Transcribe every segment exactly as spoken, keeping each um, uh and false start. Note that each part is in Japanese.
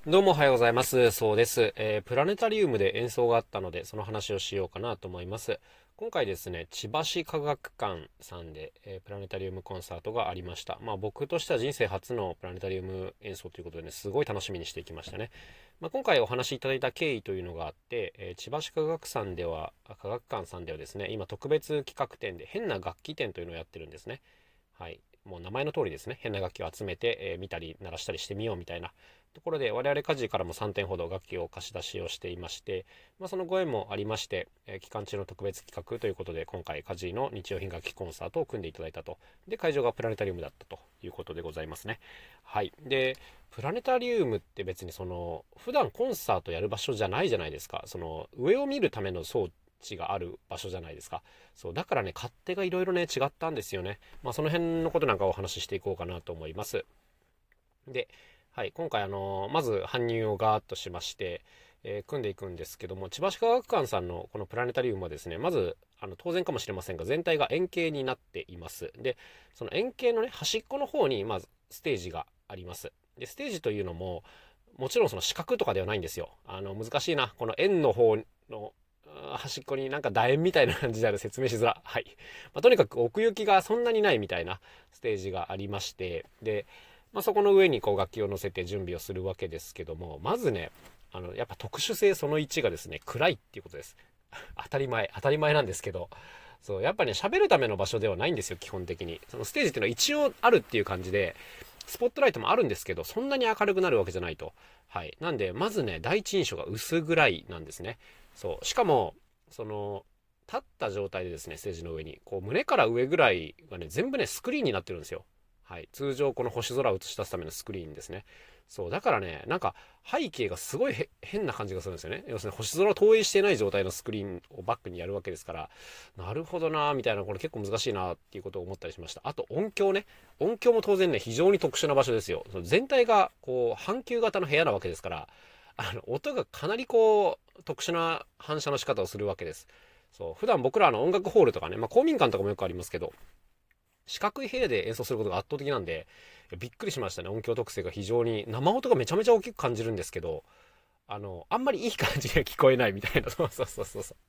どうもおはようございます。そうです。えープラネタリウムで演奏があったので、その話をしようかなと思います。今回ですね、千葉市科学館さんで、えープラネタリウムコンサートがありました。まあ僕としては人生初のプラネタリウム演奏ということでね、すごい楽しみにしていきましたね。まあ、今回お話しいただいた経緯というのがあって、えー千葉市科学さんでは、あ科学館さんではですね、今特別企画展で変な楽器展というのをやってるんですね。はい。もう名前の通りですね。変な楽器を集めて、えー見たり鳴らしたりしてみようみたいなところで、我々家事からもさんてんほど楽器を貸し出しをしていまして、まあ、そのご縁もありまして、えー期間中の特別企画ということで、今回家事の日用品楽器コンサートを組んでいただいたと。で、会場がプラネタリウムだったということでございますね。はい。で、プラネタリウムって別にその、普段コンサートやる場所じゃないじゃないですか。その、上を見るための装置がある場所じゃないですか。そう、だからね、勝手がいろいろね、違ったんですよね。まあ、その辺のことなんかお話ししていこうかなと思います。で、はい、今回あのまず搬入をガーッとしまして、えー組んでいくんですけども、千葉市科学館さんのこのプラネタリウムはですね、まずあの当然かもしれませんが、全体が円形になっています。で、その円形のね、端っこの方にまずステージがあります。で、ステージというのも、もちろんその四角とかではないんですよ。あの難しいな、この円の方の端っこになんか楕円みたいな感じである、説明しづら。はい。まあ、とにかく奥行きがそんなにないみたいなステージがありまして、で、まあ、そこの上にこう楽器を乗せて準備をするわけですけども、まずね、あの、やっぱ特殊性そのいちがですね、暗いっていうことです。当たり前、当たり前なんですけど、そう、やっぱね、喋るための場所ではないんですよ、基本的に。そのステージっていうのは一応あるっていう感じで、スポットライトもあるんですけど、そんなに明るくなるわけじゃないと。はい。なんで、まずね、第一印象が薄暗いなんですね。そう。しかも、その、立った状態でですね、ステージの上に、こう、胸から上ぐらいがね、全部ね、スクリーンになってるんですよ。はい。通常、この星空を映し出すためのスクリーンですね。そう。だからね、なんか、背景がすごい変な感じがするんですよね。要するに、星空を投影していない状態のスクリーンをバックにやるわけですから、なるほどなーみたいな、これ結構難しいなーっていうことを思ったりしました。あと、音響ね。音響も当然ね、非常に特殊な場所ですよ。その全体が、こう、半球型の部屋なわけですから、あの、音がかなりこう、特殊な反射の仕方をするわけです。そう、普段僕らの音楽ホールとかね、まあ、公民館とかもよくありますけど、四角い部屋で演奏することが圧倒的なんで、びっくりしましたね。音響特性が非常に、生音がめちゃめちゃ大きく感じるんですけど、あの、あんまりいい感じには聞こえないみたいな、そうそうそうそうそう。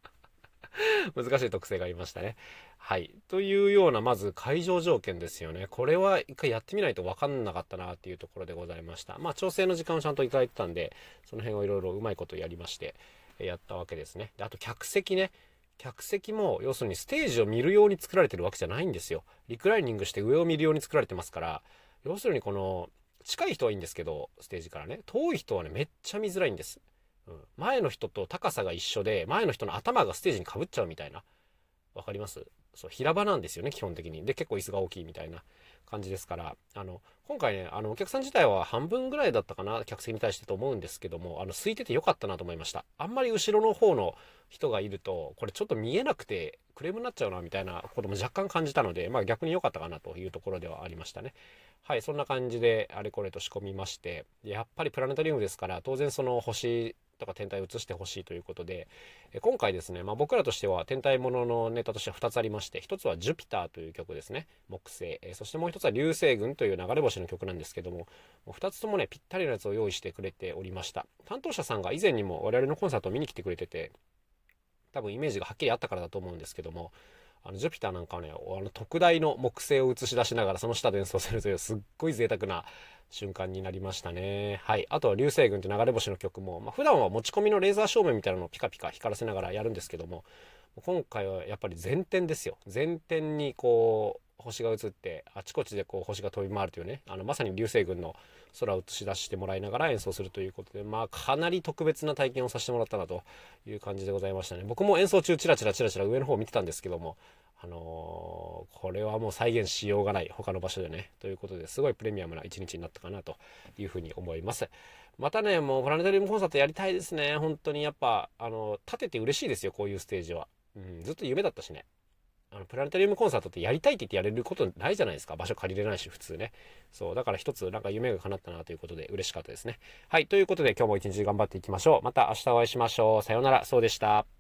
難しい特性がありましたね。はい。というような、まず会場条件ですよね。これは一回やってみないと分かんなかったなっていうところでございました。まあ、調整の時間をちゃんといただいてたんで、その辺をいろいろうまいことやりまして、やったわけですね。で、あと客席ね。客席も、要するにステージを見るように作られてるわけじゃないんですよ。リクライニングして上を見るように作られてますから、要するにこの、近い人はいいんですけど、ステージからね、遠い人はね、めっちゃ見づらいんです。うん、前の人と高さが一緒で、前の人の頭がステージにかぶっちゃうみたいな。わかります？そう、平場なんですよね、基本的に。で、結構椅子が大きいみたいな感じですから、あの、今回ね、あの、お客さん自体は半分ぐらいだったかな、客席に対してと思うんですけども、あの、空いててよかったなと思いました。あんまり後ろの方の人がいると、これちょっと見えなくて、クレームになっちゃうな、みたいなことも若干感じたので、まあ逆に良かったかなというところではありましたね。はい、そんな感じで、あれこれと仕込みまして、やっぱりプラネタリウムですから、当然その星とか天体を映してほしいということで、今回ですね、まあ、僕らとしては天体もののネタとしてはふたつありまして、ひとつはジュピターという曲ですね、木星、そしてもうひとつは流星群という流れ星の曲なんですけども、ふたつともね、ぴったりのやつを用意してくれておりました。担当者さんが以前にも我々のコンサートを見に来てくれてて、多分イメージがはっきりあったからだと思うんですけども、あのジュピターなんかはね、あの特大の木星を映し出しながらその下で演奏するというすっごい贅沢な瞬間になりましたね。はい。あとは流星群という流れ星の曲も、まあ、普段は持ち込みのレーザー照明みたいなのをピカピカ光らせながらやるんですけども、今回はやっぱり全天ですよ。全天にこう星が映ってあちこちでこう星が飛び回るというね、あのまさに流星群の空を映し出してもらいながら演奏するということで、まあかなり特別な体験をさせてもらったなという感じでございましたね。僕も演奏中チラチラチラチラ上の方を見てたんですけども、あのーこれはもう再現しようがない他の場所でね、ということですごいプレミアムな一日になったかなというふうに思います。またね、もうプラネタリウムコンサートやりたいですね。本当にやっぱあの立てて嬉しいですよ、こういうステージは。うん、ずっと夢だったしね。あのプラネタリウムコンサートってやりたいって言ってやれることないじゃないですか。場所借りれないし、普通ね。そう、だから一つなんか夢が叶ったなということで嬉しかったですね。はい、ということで今日も一日頑張っていきましょう。また明日お会いしましょう。さようなら。そうでした。